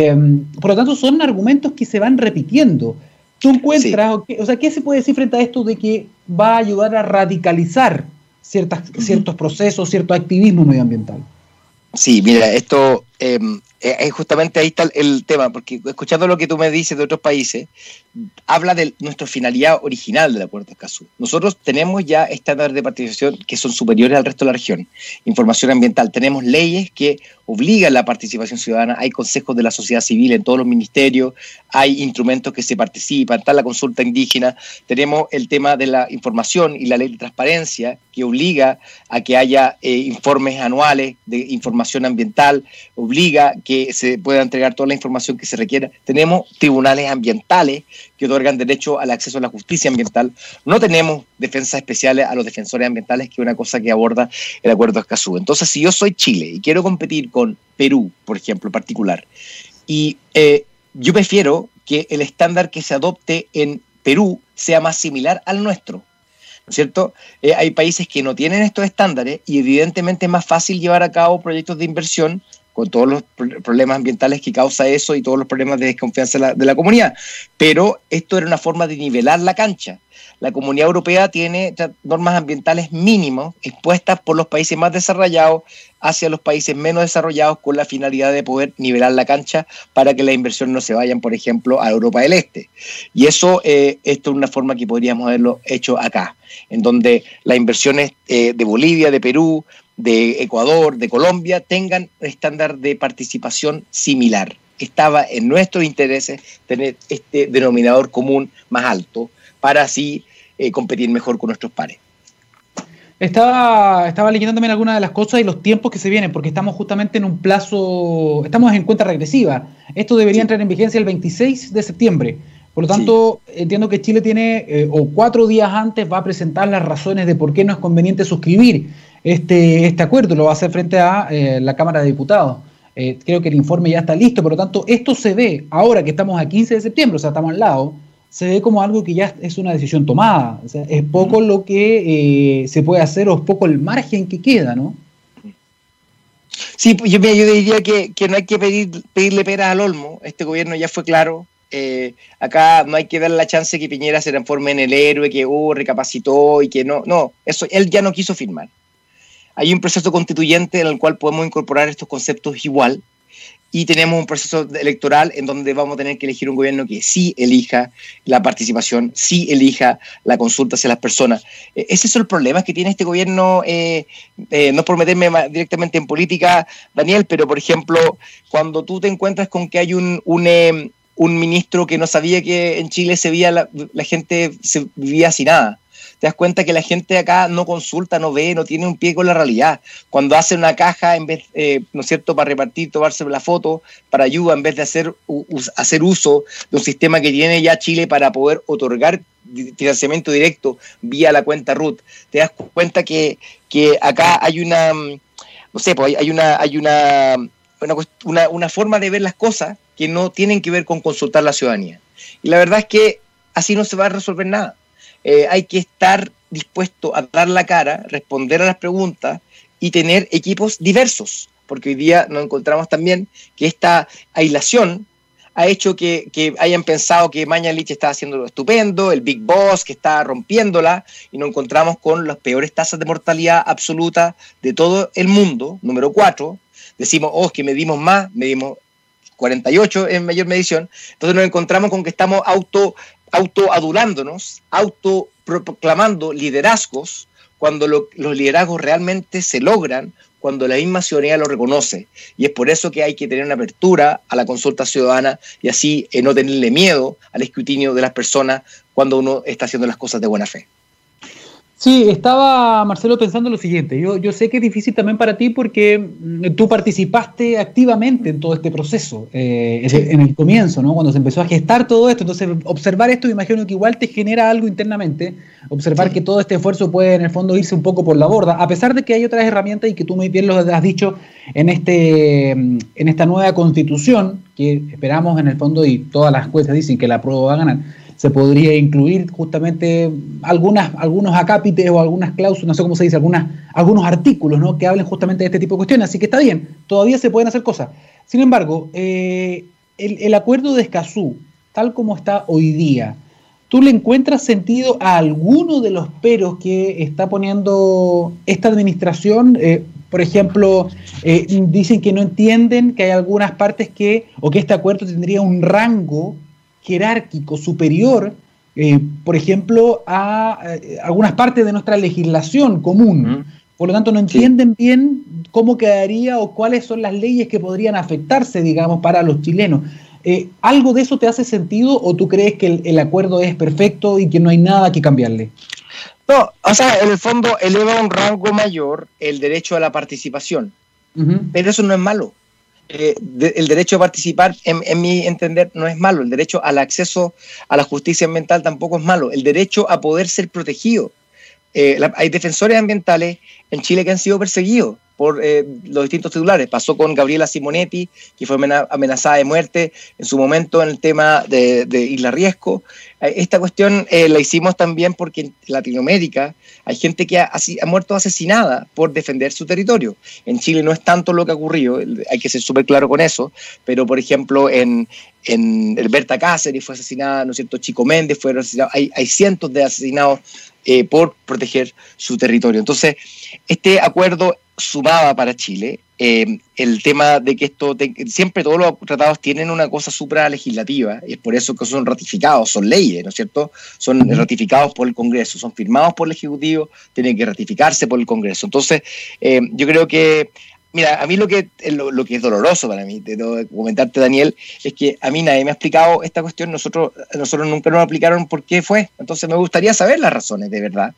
Speaker 1: Por lo tanto, son argumentos que se van repitiendo. ¿Tú encuentras, qué se puede decir frente a esto de que va a ayudar a radicalizar ciertos procesos, cierto activismo medioambiental?
Speaker 3: Sí, mira, esto justamente ahí está el tema, porque escuchando lo que tú me dices de otros países, habla de nuestra finalidad original del Acuerdo de Escazú. Nosotros tenemos ya estándares de participación que son superiores al resto de la región. Información ambiental, tenemos leyes que obligan la participación ciudadana, hay consejos de la sociedad civil en todos los ministerios, hay instrumentos que se participan, está la consulta indígena, tenemos el tema de la información y la ley de transparencia que obliga a que haya informes anuales de información ambiental, obliga que se pueda entregar toda la información que se requiera. Tenemos tribunales ambientales que otorgan derecho al acceso a la justicia ambiental. No tenemos defensas especiales a los defensores ambientales, que es una cosa que aborda el Acuerdo de Escazú. Entonces, si yo soy Chile y quiero competir con Perú, por ejemplo, en particular, y yo prefiero que el estándar que se adopte en Perú sea más similar al nuestro, ¿no es cierto? Hay países que no tienen estos estándares y evidentemente es más fácil llevar a cabo proyectos de inversión con todos los problemas ambientales que causa eso y todos los problemas de desconfianza de la comunidad. Pero esto era una forma de nivelar la cancha. La Comunidad Europea tiene normas ambientales mínimas expuestas por los países más desarrollados hacia los países menos desarrollados, con la finalidad de poder nivelar la cancha para que las inversiones no se vayan, por ejemplo, a Europa del Este. Y eso, esto es una forma que podríamos haberlo hecho acá, en donde las inversiones de Bolivia, de Perú, de Ecuador, de Colombia, tengan un estándar de participación similar. Estaba en nuestros intereses tener este denominador común más alto para así competir mejor con nuestros pares.
Speaker 1: Estaba leyendo también algunas de las cosas y los tiempos que se vienen, porque estamos justamente en un plazo, estamos en cuenta regresiva. Esto debería entrar en vigencia el 26 de septiembre. Por lo tanto, entiendo que Chile tiene, o 4 días antes, va a presentar las razones de por qué no es conveniente suscribir este acuerdo. Lo va a hacer frente a la Cámara de Diputados. Creo que el informe ya está listo. Por lo tanto, esto se ve, ahora que estamos a 15 de septiembre, o sea, estamos al lado, se ve como algo que ya es una decisión tomada. O sea, es poco lo que se puede hacer, o es poco el margen que queda, ¿no?
Speaker 3: Sí, yo diría que no hay que pedirle peras al olmo. Este gobierno ya fue claro. Acá no hay que darle la chance que Piñera se transforme en el héroe que recapacitó y que no, eso él ya no quiso firmar. Hay un proceso constituyente en el cual podemos incorporar estos conceptos igual, y tenemos un proceso electoral en donde vamos a tener que elegir un gobierno que sí elija la participación, sí elija la consulta hacia las personas. Ese es el problema que tiene este gobierno, no es por meterme directamente en política, Daniel, pero por ejemplo, cuando tú te encuentras con que hay un ministro que no sabía que en Chile la gente se vivía sin nada, te das cuenta que la gente acá no consulta, no ve, no tiene un pie con la realidad. Cuando hace una caja, en vez, ¿no es cierto?, para repartir, tomarse la foto, para ayuda, en vez de hacer uso de un sistema que tiene ya Chile para poder otorgar financiamiento directo vía la cuenta RUT, te das cuenta que acá hay una, no sé, pues hay una forma de ver las cosas que no tienen que ver con consultar a la ciudadanía. Y la verdad es que así no se va a resolver nada. Hay que estar dispuesto a dar la cara, responder a las preguntas y tener equipos diversos, porque hoy día nos encontramos también que esta aislación ha hecho que hayan pensado que Mañalich está haciéndolo estupendo, el Big Boss que está rompiéndola, y nos encontramos con las peores tasas de mortalidad absoluta de todo el mundo, número 4. Decimos, es que medimos 48 en mayor medición, entonces nos encontramos con que estamos autoadulándonos, autoproclamando liderazgos, cuando los liderazgos realmente se logran cuando la misma ciudadanía lo reconoce. Y es por eso que hay que tener una apertura a la consulta ciudadana y así no tenerle miedo al escrutinio de las personas cuando uno está haciendo las cosas de buena fe.
Speaker 1: Sí, estaba, Marcelo, pensando lo siguiente. Yo sé que es difícil también para ti porque tú participaste activamente en todo este proceso, en el comienzo, ¿no? Cuando se empezó a gestar todo esto. Entonces, observar esto, me imagino que igual te genera algo internamente, observar que todo este esfuerzo puede, en el fondo, irse un poco por la borda, a pesar de que hay otras herramientas y que tú muy bien lo has dicho en esta nueva constitución, que esperamos, en el fondo, y todas las encuestas dicen que la prueba va a ganar. Se podría incluir justamente algunos acápites o algunas cláusulas, no sé cómo se dice, algunos artículos, ¿no?, que hablen justamente de este tipo de cuestiones. Así que está bien, todavía se pueden hacer cosas. Sin embargo, el acuerdo de Escazú, tal como está hoy día, ¿tú le encuentras sentido a alguno de los peros que está poniendo esta administración? Por ejemplo, dicen que no entienden que hay algunas partes que este acuerdo tendría un rango jerárquico superior, por ejemplo, a algunas partes de nuestra legislación común. Por lo tanto, no entienden bien cómo quedaría o cuáles son las leyes que podrían afectarse, digamos, para los chilenos. ¿Algo de eso te hace sentido o tú crees que el acuerdo es perfecto y que no hay nada que cambiarle?
Speaker 3: No, o sea, en el fondo eleva un rango mayor el derecho a la participación, pero eso no es malo. El derecho a participar, en mi entender, no es malo. El derecho al acceso a la justicia ambiental tampoco es malo. El derecho a poder ser protegido. Hay defensores ambientales en Chile que han sido perseguidos por los distintos titulares. Pasó con Gabriela Simonetti, que fue amenazada de muerte en su momento en el tema de Isla Riesco. Esta cuestión la hicimos también porque en Latinoamérica hay gente que ha muerto asesinada por defender su territorio. En Chile no es tanto lo que ha ocurrido, hay que ser súper claro con eso, pero por ejemplo en Berta Cáceres fue asesinada, ¿no es cierto?, Chico Méndez fue asesinado, hay cientos de asesinados por proteger su territorio. Entonces, este acuerdo sumaba para Chile el tema de que siempre todos los tratados tienen una cosa supralegislativa, y es por eso que son ratificados, son leyes, ¿no es cierto? Son ratificados por el Congreso, son firmados por el Ejecutivo, tienen que ratificarse por el Congreso. Entonces, yo creo que, mira, a mí lo que es doloroso para mí, de comentarte, Daniel, es que a mí nadie me ha explicado esta cuestión, nosotros nunca nos aplicaron por qué fue. Entonces me gustaría saber las razones, de verdad.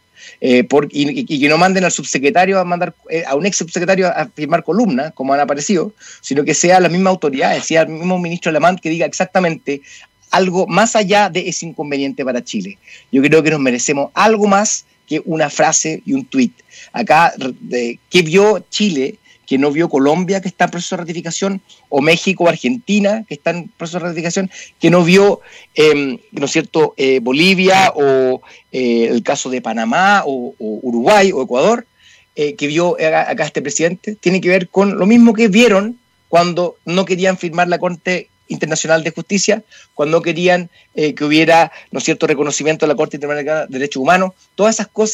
Speaker 3: Y que no manden al subsecretario a un ex subsecretario a firmar columnas, como han aparecido, sino que sea la misma autoridad, sea el mismo ministro Alamán que diga exactamente algo más allá de ese inconveniente para Chile. Yo creo que nos merecemos algo más que una frase y un tuit. Acá, ¿qué vio Chile que no vio Colombia, que está en proceso de ratificación, o México o Argentina, que está en proceso de ratificación, que no vio, ¿no es cierto?, Bolivia o el caso de Panamá o Uruguay o Ecuador, que vio acá este presidente? Tiene que ver con lo mismo que vieron cuando no querían firmar la Corte Internacional de Justicia, cuando no querían que hubiera, ¿no es cierto?, reconocimiento de la Corte Interamericana de Derechos Humanos. Todas esas cosas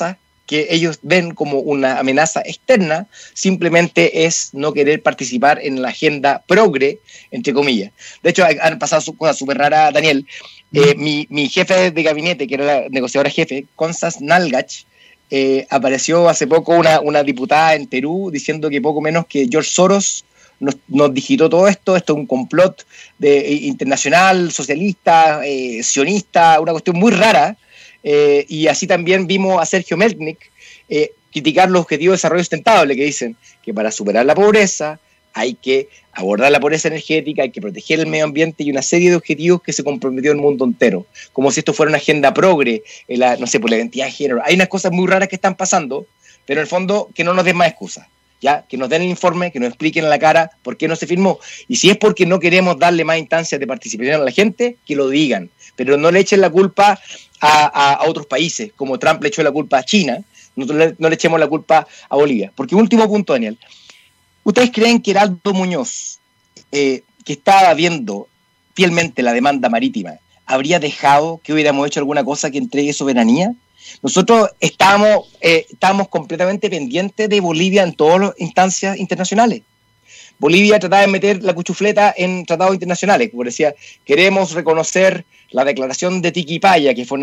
Speaker 3: que ellos ven como una amenaza externa, simplemente es no querer participar en la agenda progre, entre comillas. De hecho, han pasado cosas súper raras, Daniel. Mi jefe de gabinete, que era la negociadora jefe, Constance Nalgach, apareció hace poco una diputada en Perú diciendo que poco menos que George Soros nos digitó todo esto. Esto es un complot internacional, socialista, sionista, una cuestión muy rara. Y así también vimos a Sergio Melnik criticar los objetivos de desarrollo sustentable, que dicen que para superar la pobreza hay que abordar la pobreza energética, hay que proteger el medio ambiente y una serie de objetivos que se comprometió el mundo entero, como si esto fuera una agenda progre, no sé, por la identidad de género. Hay unas cosas muy raras que están pasando, pero en el fondo que no nos den más excusas, ¿ya? Que nos den el informe, que nos expliquen en la cara por qué no se firmó. Y si es porque no queremos darle más instancias de participación a la gente, que lo digan, pero no le echen la culpa a otros países, como Trump le echó la culpa a China. Nosotros no le echemos la culpa a Bolivia. Porque último punto, Daniel. ¿Ustedes creen que Heraldo Muñoz, que estaba viendo fielmente la demanda marítima, habría dejado que hubiéramos hecho alguna cosa que entregue soberanía? Nosotros estábamos completamente pendientes de Bolivia en todas las instancias internacionales. Bolivia trataba de meter la cuchufleta en tratados internacionales, como decía, queremos reconocer la declaración de Tiquipaya, que fue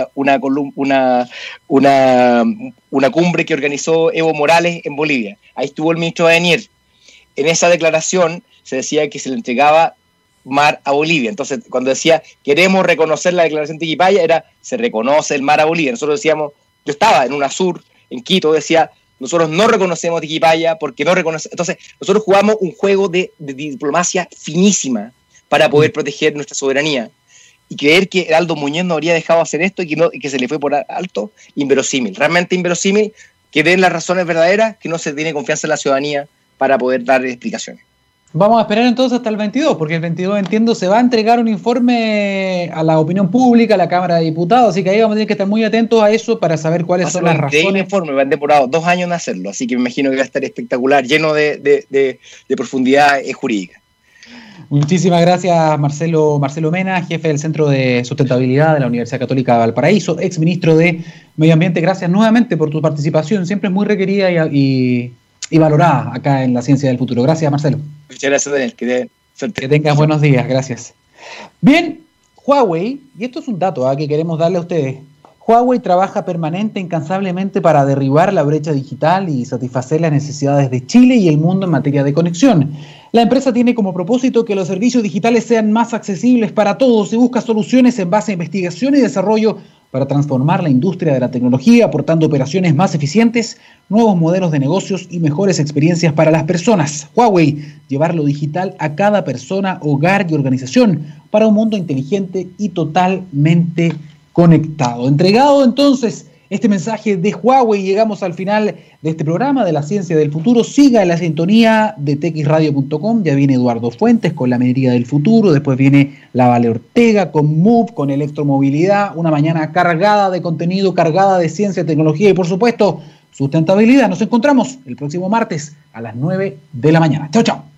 Speaker 3: una cumbre que organizó Evo Morales en Bolivia. Ahí estuvo el ministro Denier. En esa declaración se decía que se le entregaba mar a Bolivia. Entonces, cuando decía queremos reconocer la declaración de Tiquipaya, se reconoce el mar a Bolivia. Nosotros decíamos, yo estaba en UNASUR, en Quito, decía, nosotros no reconocemos Tiquipaya porque no reconocemos. Entonces, nosotros jugamos un juego de diplomacia finísima para poder proteger nuestra soberanía. Y creer que Heraldo Muñoz no habría dejado hacer esto y que se le fue por alto, inverosímil. Realmente inverosímil, que den las razones verdaderas, que no se tiene confianza en la ciudadanía para poder dar explicaciones.
Speaker 1: Vamos a esperar entonces hasta el 22, porque el 22, entiendo, se va a entregar un informe a la opinión pública, a la Cámara de Diputados, así que ahí vamos a tener que estar muy atentos a eso para saber cuáles son las razones.
Speaker 3: El informe va a demorado 2 años en hacerlo, así que me imagino que va a estar espectacular, lleno de profundidad jurídica.
Speaker 1: Muchísimas gracias, Marcelo Mena, jefe del Centro de Sustentabilidad de la Universidad Católica de Valparaíso, exministro de Medio Ambiente. Gracias nuevamente por tu participación, siempre es muy requerida y valorada acá en la Ciencia del Futuro. Gracias, Marcelo.
Speaker 3: Muchas gracias, Daniel.
Speaker 1: Que tengas buenos días, gracias. Bien, Huawei, y esto es un dato que queremos darle a ustedes. Huawei trabaja permanente, incansablemente para derribar la brecha digital y satisfacer las necesidades de Chile y el mundo en materia de conexión. La empresa tiene como propósito que los servicios digitales sean más accesibles para todos y busca soluciones en base a investigación y desarrollo para transformar la industria de la tecnología, aportando operaciones más eficientes, nuevos modelos de negocios y mejores experiencias para las personas. Huawei, llevar lo digital a cada persona, hogar y organización para un mundo inteligente y totalmente conectado. Entregado entonces este mensaje de Huawei, llegamos al final de este programa de la Ciencia del Futuro. Siga en la sintonía de texradio.com. Ya viene Eduardo Fuentes con la minería del futuro. Después viene la Vale Ortega con Move, con electromovilidad. Una mañana cargada de contenido, cargada de ciencia, tecnología y, por supuesto, sustentabilidad. Nos encontramos el próximo martes a las 9 de la mañana. Chao, chao.